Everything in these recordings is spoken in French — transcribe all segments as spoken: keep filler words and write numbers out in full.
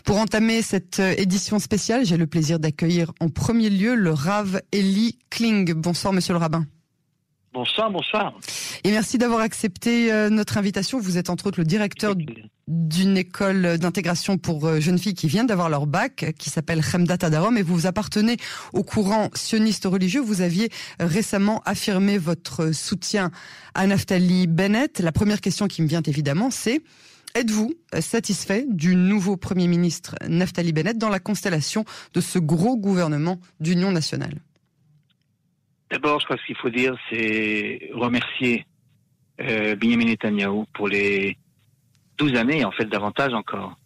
Pour entamer cette édition spéciale, j'ai le plaisir d'accueillir en premier lieu le Rav Eli Kling. Bonsoir monsieur le rabbin. Bonsoir, bonsoir. Et merci d'avoir accepté notre invitation. Vous êtes entre autres le directeur d'une école d'intégration pour jeunes filles qui viennent d'avoir leur bac, qui s'appelle Chemdat Adarom, et vous appartenez au courant sioniste religieux. Vous aviez récemment affirmé votre soutien à Naftali Bennett. La première question qui me vient évidemment, c'est: êtes-vous satisfait du nouveau Premier ministre Naftali Bennett dans la constellation de ce gros gouvernement d'union nationale? D'abord, je crois que ce qu'il faut dire, c'est remercier euh, Benjamin Netanyahou pour les douze années, en fait davantage encore,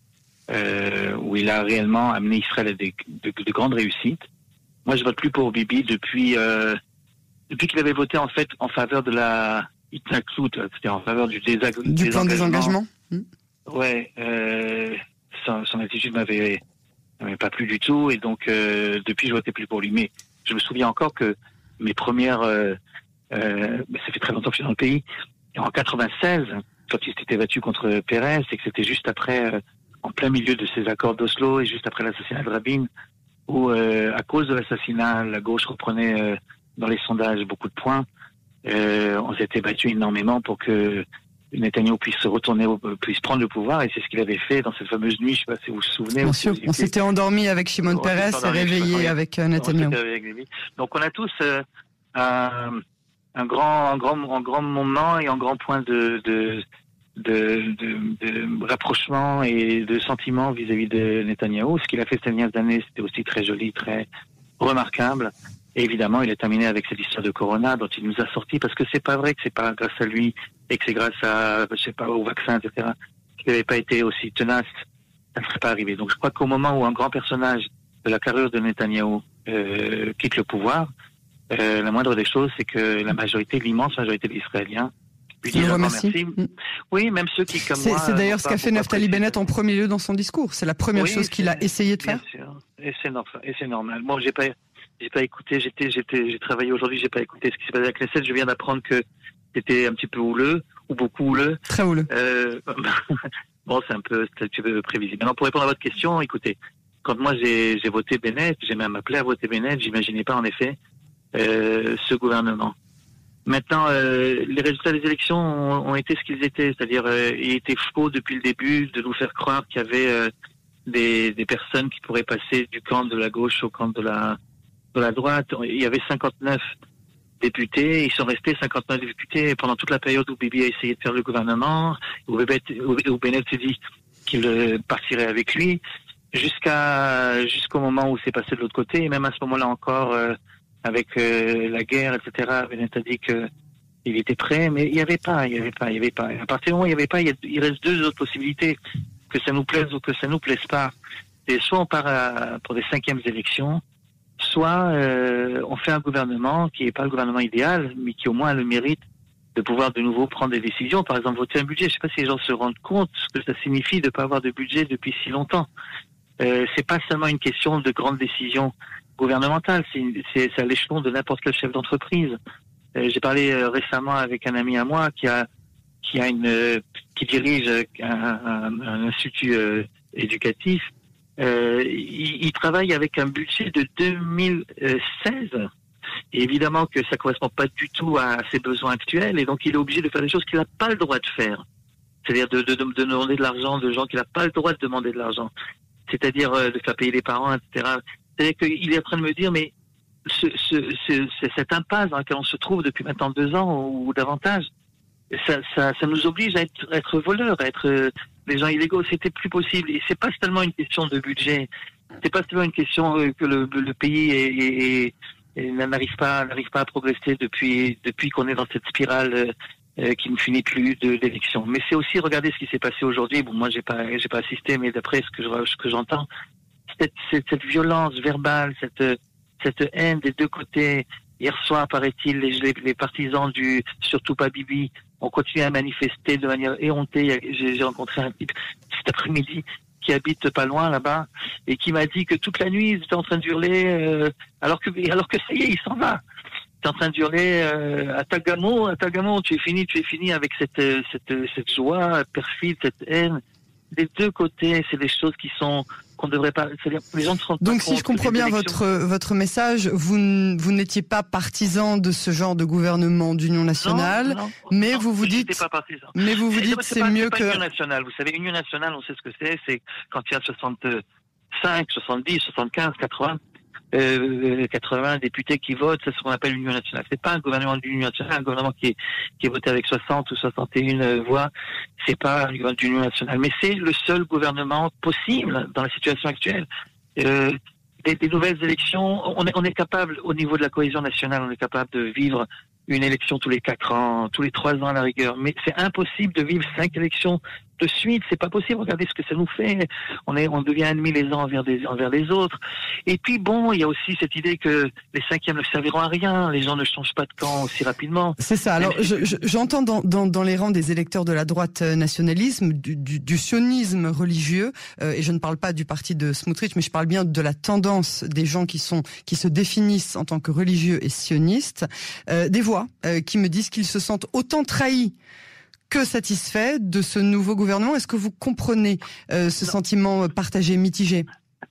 euh, où il a réellement amené Israël à des, de, de grandes réussites. Moi, je vote plus pour Bibi depuis euh, depuis qu'il avait voté en fait en faveur de la Itnaklout, c'est-à-dire en faveur du, désag- du plan de désengagement. Mmh. Ouais, euh, son, son attitude m'avait, m'avait pas plu du tout, et donc euh, depuis je votais plus pour lui. Mais je me souviens encore que mes premières, euh, euh, ça fait très longtemps que je suis dans le pays, et en quatre-vingt-seize, quand il s'était battu contre Pérez, et que c'était juste après, euh, en plein milieu de ces accords d'Oslo, et juste après l'assassinat de Rabin, où euh, à cause de l'assassinat, la gauche reprenait euh, dans les sondages beaucoup de points. Euh, on s'était battu énormément pour que Netanyahou puisse se retourner, puisse prendre le pouvoir, et c'est ce qu'il avait fait dans cette fameuse nuit. Je ne sais pas si vous vous souvenez. Bien sûr, on s'était endormi avec Shimon Peres et réveillé avec Netanyahou. Donc on a tous euh, un, un grand, un grand, un grand moment et un grand point de, de, de, de, de rapprochement et de sentiment vis-à-vis de Netanyahou. Ce qu'il a fait ces dernières années, c'était aussi très joli, très remarquable. Et évidemment, il est terminé avec cette histoire de Corona dont il nous a sorti, parce que c'est pas vrai que c'est pas grâce à lui et que c'est grâce à, je sais pas, au vaccin, et cetera, qu'il n'avait pas été aussi tenace, ça ne serait pas arrivé. Donc je crois qu'au moment où un grand personnage de la carrure de Netanyahou euh, quitte le pouvoir, euh, la moindre des choses, c'est que la majorité, l'immense majorité des Israéliens, lui disent un grand merci. Oui, même ceux qui, comme c'est, moi... C'est d'ailleurs ce qu'a fait Naftali Bennett en premier lieu dans son discours. C'est la première oui, chose qu'il a essayé de faire. Bien sûr. Et c'est, et c'est normal. Moi, j'ai pas... J'ai pas écouté, j'étais, j'étais, j'ai travaillé aujourd'hui, j'ai pas écouté ce qui s'est passé à la Knesset. Je viens d'apprendre que c'était un petit peu houleux, ou beaucoup houleux. Très houleux. Euh, bon, c'est un peu, c'est un petit peu prévisible. Maintenant, pour répondre à votre question, écoutez, quand moi j'ai, j'ai voté Bennett, j'ai même appelé à voter Bennett, j'imaginais pas en effet, euh, ce gouvernement. Maintenant, euh, les résultats des élections ont, ont été ce qu'ils étaient, c'est-à-dire, euh, il était faux depuis le début de nous faire croire qu'il y avait euh, des, des personnes qui pourraient passer du camp de la gauche au camp de la de la droite. Il y avait cinquante-neuf députés, ils sont restés cinquante-neuf députés pendant toute la période où Bibi a essayé de faire le gouvernement, où Bennett s'est dit qu'il partirait avec lui, jusqu'à jusqu'au moment où c'est passé de l'autre côté, et même à ce moment-là encore, euh, avec euh, la guerre, et cetera, Bennett a dit que il était prêt, mais il n'y avait pas, il n'y avait pas, il n'y avait pas. À partir du moment où il n'y avait pas, il, y a, il reste deux autres possibilités, que ça nous plaise ou que ça nous plaise pas. Et soit on part à, pour des cinquièmes élections, soit euh, on fait un gouvernement qui n'est pas le gouvernement idéal, mais qui au moins a le mérite de pouvoir de nouveau prendre des décisions. Par exemple, voter un budget. Je ne sais pas si les gens se rendent compte ce que ça signifie de ne pas avoir de budget depuis si longtemps. Euh, c'est pas seulement une question de grandes décisions gouvernementales, c'est, c'est, c'est à l'échelon de n'importe quel chef d'entreprise. Euh, j'ai parlé euh, récemment avec un ami à moi qui a qui a une euh, qui dirige un, un, un institut euh, éducatif. Euh, il, il travaille avec un budget de deux mille seize. Et évidemment que ça correspond pas du tout à ses besoins actuels, et donc il est obligé de faire des choses qu'il n'a pas le droit de faire. C'est-à-dire de, de, de, de demander de l'argent de gens qu'il n'a pas le droit de demander de l'argent. C'est-à-dire euh, de faire payer les parents, et cetera. C'est-à-dire qu'il est en train de me dire, mais ce, ce, ce, c'est cette impasse dans laquelle on se trouve depuis maintenant deux ans ou davantage, ça, ça, ça nous oblige à être, à être voleurs, à être euh, des gens illégaux. C'était plus possible. Et c'est pas seulement une question de budget. C'est pas seulement une question euh, que le, le pays est, est, est, n'arrive pas, n'arrive pas à progresser depuis, depuis qu'on est dans cette spirale euh, euh, qui ne finit plus de l'élection. Mais c'est aussi regarder ce qui s'est passé aujourd'hui. Bon, moi j'ai pas, j'ai pas assisté, mais d'après ce que je, ce que j'entends, cette, cette, cette violence verbale, cette, cette haine des deux côtés. Hier soir, paraît-il, les, les, les partisans du surtout pas Bibi ont continué à manifester de manière éhontée. J'ai, j'ai rencontré un type cet après-midi qui habite pas loin là-bas et qui m'a dit que toute la nuit ils étaient en train d'hurler euh, alors que alors que ça y est, il s'en va. Ils étaient en train d'hurler euh, à Tagamo, à Tagamo, tu es fini, tu es fini avec cette cette cette joie perfide, cette haine. des deux côtés, c'est des choses qui sont qu'on devrait pas. C'est-à-dire, les gens ne se rendent Donc, pas si compte je comprends bien votre votre message, vous n- vous n'étiez pas partisan de ce genre de gouvernement d'union nationale, non, non, mais non, vous vous dites, pas partisan. mais vous vous C'est- dites, c'est c'est pas- mieux c'est pas que. Union nationale. Vous savez, Union nationale, on sait ce que c'est. C'est quand il y a soixante-cinq, soixante-dix, soixante-quinze, quatre-vingts. Euh, quatre-vingts députés qui votent, c'est ce qu'on appelle l'Union nationale. C'est pas un gouvernement d'Union nationale, un gouvernement qui est, qui est voté avec soixante ou soixante et une voix. C'est pas un gouvernement d'Union nationale, mais c'est le seul gouvernement possible dans la situation actuelle. Euh, des, des nouvelles élections, on est, on est capable, au niveau de la cohésion nationale, on est capable de vivre une élection tous les quatre ans, tous les trois ans à la rigueur. Mais c'est impossible de vivre cinq élections de suite. C'est pas possible. Regardez ce que ça nous fait. On est, on devient ennemis les uns envers, des, envers les autres. Et puis bon, il y a aussi cette idée que les cinquièmes ne serviront à rien. Les gens ne changent pas de camp aussi rapidement. C'est ça. Alors, je, je, j'entends dans, dans, dans les rangs des électeurs de la droite nationalisme, du, du, du sionisme religieux, euh, et je ne parle pas du parti de Smotrich, mais je parle bien de la tendance des gens qui sont, qui se définissent en tant que religieux et sionistes, euh, des voix euh, qui me disent qu'ils se sentent autant trahis que satisfaits de ce nouveau gouvernement. Est-ce que vous comprenez euh, ce non. sentiment partagé, mitigé?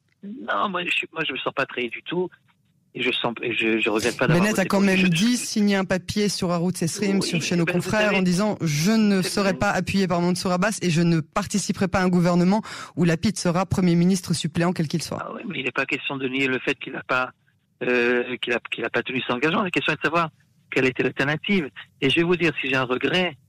Non, moi je, moi je me sens pas trahi du tout. Et je sens, et je, je regrette pas d'avoir. Bennett a quand même je... dit, signé un papier sur Haroutz Esrim, oui, sur chez nos ben confrères, savez, en disant je ne serai pas appuyé par Mansour Abbas et je ne participerai pas à un gouvernement où Lapid sera Premier ministre suppléant quel qu'il soit. Ah oui, mais il n'est pas question de nier le fait qu'il n'a pas euh, qu'il a, qu'il a pas tenu son engagement. La question est de savoir quelle était l'alternative. Et je vais vous dire, si j'ai un regret,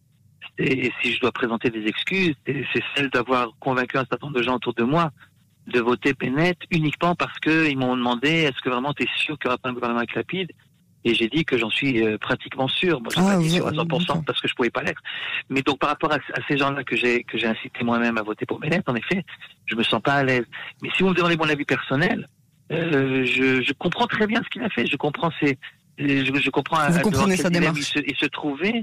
et si je dois présenter des excuses, c'est celle d'avoir convaincu un certain nombre de gens autour de moi de voter Bennett uniquement parce que ils m'ont demandé est-ce que vraiment tu es sûr qu'il n'y aura pas un gouvernement avec Lapid, et j'ai dit que j'en suis euh, pratiquement sûr. Moi, j'ai ah, pas dit sûr à cent pour cent parce que je pouvais pas l'être. Mais donc par rapport à, à ces gens-là que j'ai que j'ai incité moi-même à voter pour Bennett, en effet, je me sens pas à l'aise. Mais si vous me demandez mon avis personnel, euh, je, je comprends très bien ce qu'il a fait. Je comprends ses, je, je comprends. Vous à, comprenez sa démarche. Il se, il se trouvait.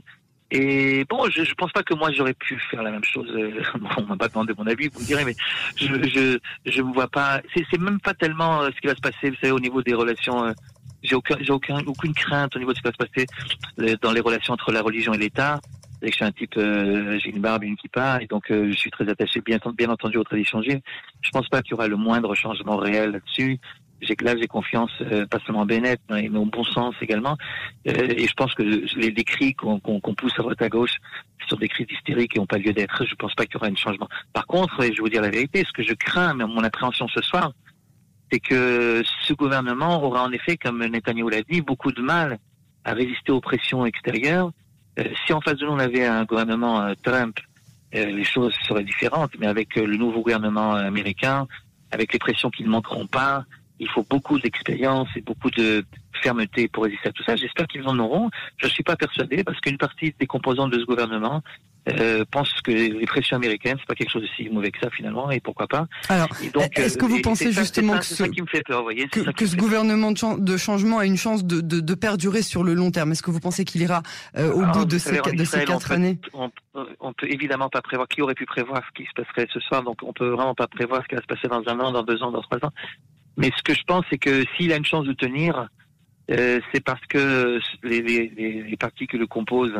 Et bon, je, je pense pas que moi j'aurais pu faire la même chose. On m'a pas demandé mon avis, vous me direz, mais je je je me vois pas. C'est c'est même pas tellement ce qui va se passer, vous savez, au niveau des relations. J'ai aucun j'ai aucun aucune crainte au niveau de ce qui va se passer dans les relations entre la religion et l'État. Je suis un type, euh, j'ai une barbe, une kippa, et donc euh, je suis très attaché, bien, bien entendu, aux traditions juives. Je pense pas qu'il y aura le moindre changement réel là-dessus. J'ai là, j'ai confiance, euh, pas seulement en Bennett, mais, mais au bon sens également. Euh, et je pense que les, les cris qu'on qu'on, qu'on pousse à droite à gauche sont des cris hystériques qui n'ont pas lieu d'être. Je pense pas qu'il y aura un changement. Par contre, et je vais vous dire la vérité, ce que je crains, mais mon appréhension ce soir, c'est que ce gouvernement aura en effet, comme Netanyahou l'a dit, beaucoup de mal à résister aux pressions extérieures. Euh, si en face de nous on avait un gouvernement euh, Trump, euh, les choses seraient différentes, mais avec euh, le nouveau gouvernement euh, américain, avec les pressions qui ne manqueront pas, il faut beaucoup d'expérience et beaucoup de fermeté pour résister à tout ça. J'espère qu'ils en auront. Je ne suis pas persuadé parce qu'une partie des composantes de ce gouvernement euh, pense que les pressions américaines, c'est pas quelque chose de si mauvais que ça finalement, et pourquoi pas. Alors, est-ce que vous pensez ça, justement ça, que ce, ça qui me fait peur, voyez, que, ça que ce gouvernement de, ch de changement a une chance de, de, de perdurer sur le long terme? Est-ce que vous pensez qu'il ira euh, au Alors, bout de, savez, ces, de ces quatre on années peut, on, on peut évidemment pas prévoir. Qui aurait pu prévoir ce qui se passerait ce soir? Donc on peut vraiment pas prévoir ce qui va se passer dans un an, dans deux ans, dans trois ans. Mais ce que je pense, c'est que s'il a une chance de tenir, euh, c'est parce que les, les, les partis qui le composent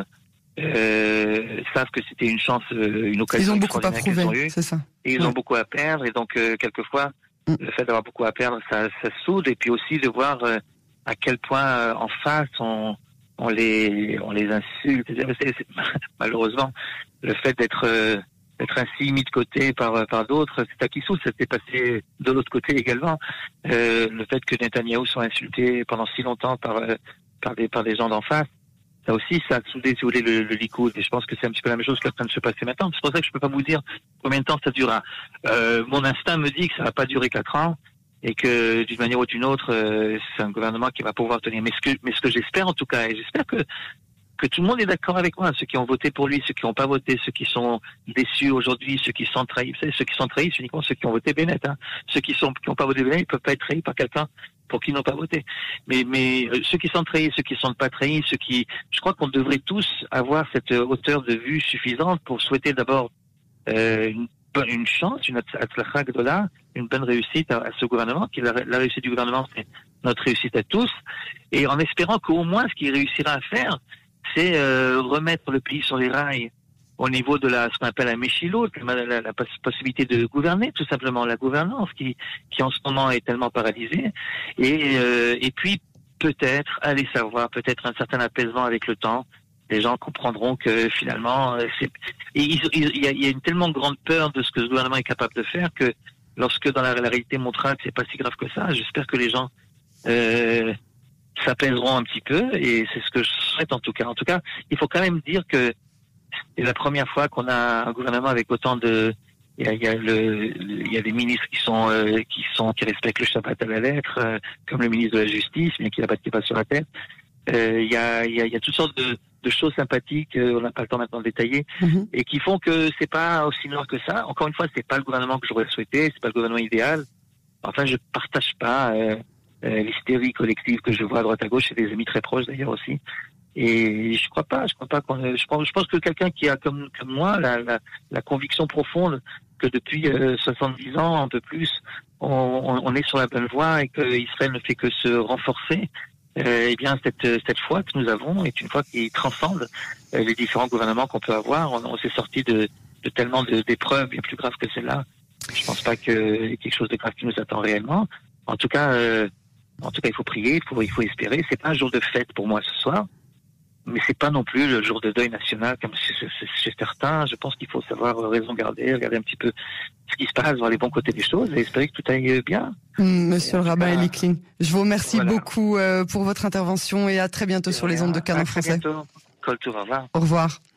euh, savent que c'était une chance, euh, une occasion. Ils ont beaucoup à prouver, c'est ça. Et ils ouais. ont beaucoup à perdre, et donc euh, quelquefois, mm. le fait d'avoir beaucoup à perdre, ça, ça soude, et puis aussi de voir euh, à quel point euh, en face on, on les, on les insulte. C'est, c'est, malheureusement, le fait d'être euh, d'être ainsi mis de côté par par d'autres, c'est à qui sous, ça s'est passé de l'autre côté également. Euh, le fait que Netanyahou soit insulté pendant si longtemps par euh, par des par des gens d'en face, ça aussi, ça a soudé, si vous voulez, le, le Likoud. Et je pense que c'est un petit peu la même chose qui est en train de se passer maintenant. C'est pour ça que je peux pas vous dire combien de temps ça durera. Euh, mon instinct me dit que ça va pas durer quatre ans et que d'une manière ou d'une autre, euh, c'est un gouvernement qui va pouvoir tenir. Mais ce que mais ce que j'espère en tout cas, et j'espère que que tout le monde est d'accord avec moi, ceux qui ont voté pour lui, ceux qui n'ont pas voté, ceux qui sont déçus aujourd'hui, ceux qui sont trahis. Vous savez, ceux qui sont trahis, c'est uniquement ceux qui ont voté Bennett. Hein. Ceux qui sont qui n'ont pas voté Bennett, ils peuvent pas être trahis par quelqu'un pour qui n'ont pas voté. Mais mais euh, ceux qui sont trahis, ceux qui ne sont pas trahis, ceux qui, je crois qu'on devrait tous avoir cette hauteur de vue suffisante pour souhaiter d'abord euh, une, une chance, une atzlacha gdola, une bonne réussite à, à ce gouvernement. Qui la, la réussite du gouvernement, c'est notre réussite à tous, et en espérant qu'au moins ce qu'il réussira à faire, c'est euh, remettre le pays sur les rails au niveau de la, ce qu'on appelle la méchilo, la, la, la possibilité de gouverner, tout simplement, la gouvernance qui, qui en ce moment est tellement paralysée. Et, euh, et puis, peut-être, allez savoir, peut-être un certain apaisement avec le temps. Les gens comprendront que finalement, c'est, il, il, y a, il y a une tellement grande peur de ce que ce gouvernement est capable de faire que lorsque dans la, la réalité montrera que c'est pas si grave que ça, j'espère que les gens euh, s'apaiseront un petit peu, et c'est ce que je souhaite en tout cas. En tout cas, il faut quand même dire que c'est la première fois qu'on a un gouvernement avec autant de, il y a, il y a le, il y a des ministres qui sont, euh, qui sont, qui respectent le Shabbat à la lettre, euh, comme le ministre de la Justice, bien qu'il n'a pas de kippa sur la tête. Euh, il y a, il y a, il y a toutes sortes de, de choses sympathiques, euh, on n'a pas le temps maintenant de détailler, mm-hmm. et qui font que c'est pas aussi noir que ça. Encore une fois, c'est pas le gouvernement que j'aurais souhaité, c'est pas le gouvernement idéal. Enfin, je partage pas euh, euh, l'hystérie collective que je vois à droite à gauche, et des amis très proches d'ailleurs aussi. Et je crois pas, je crois pas qu'on, je pense, je pense que quelqu'un qui a comme comme moi la, la, la conviction profonde que depuis euh, soixante-dix ans, un peu plus, on, on, on est sur la bonne voie et que Israël ne fait que se renforcer. Euh, eh bien, cette cette foi que nous avons est une foi qui transcende euh, les différents gouvernements qu'on peut avoir. On, on s'est sorti de, de tellement de, d'épreuves bien plus graves que celle-là. Je pense pas qu'il y ait quelque chose de grave qui nous attend réellement. En tout cas, euh, en tout cas, il faut prier, il faut il faut espérer. C'est pas un jour de fête pour moi ce soir, mais c'est pas non plus le jour de deuil national comme chez certains. Je pense qu'il faut savoir raison garder, regarder un petit peu ce qui se passe, voir les bons côtés des choses et espérer que tout aille bien. Monsieur le rabbin Eli Kling, je vous remercie voilà. beaucoup euh, pour votre intervention et à très bientôt et sur les ondes de Canon Français. À très bientôt. Kol Tov, au revoir. Au revoir.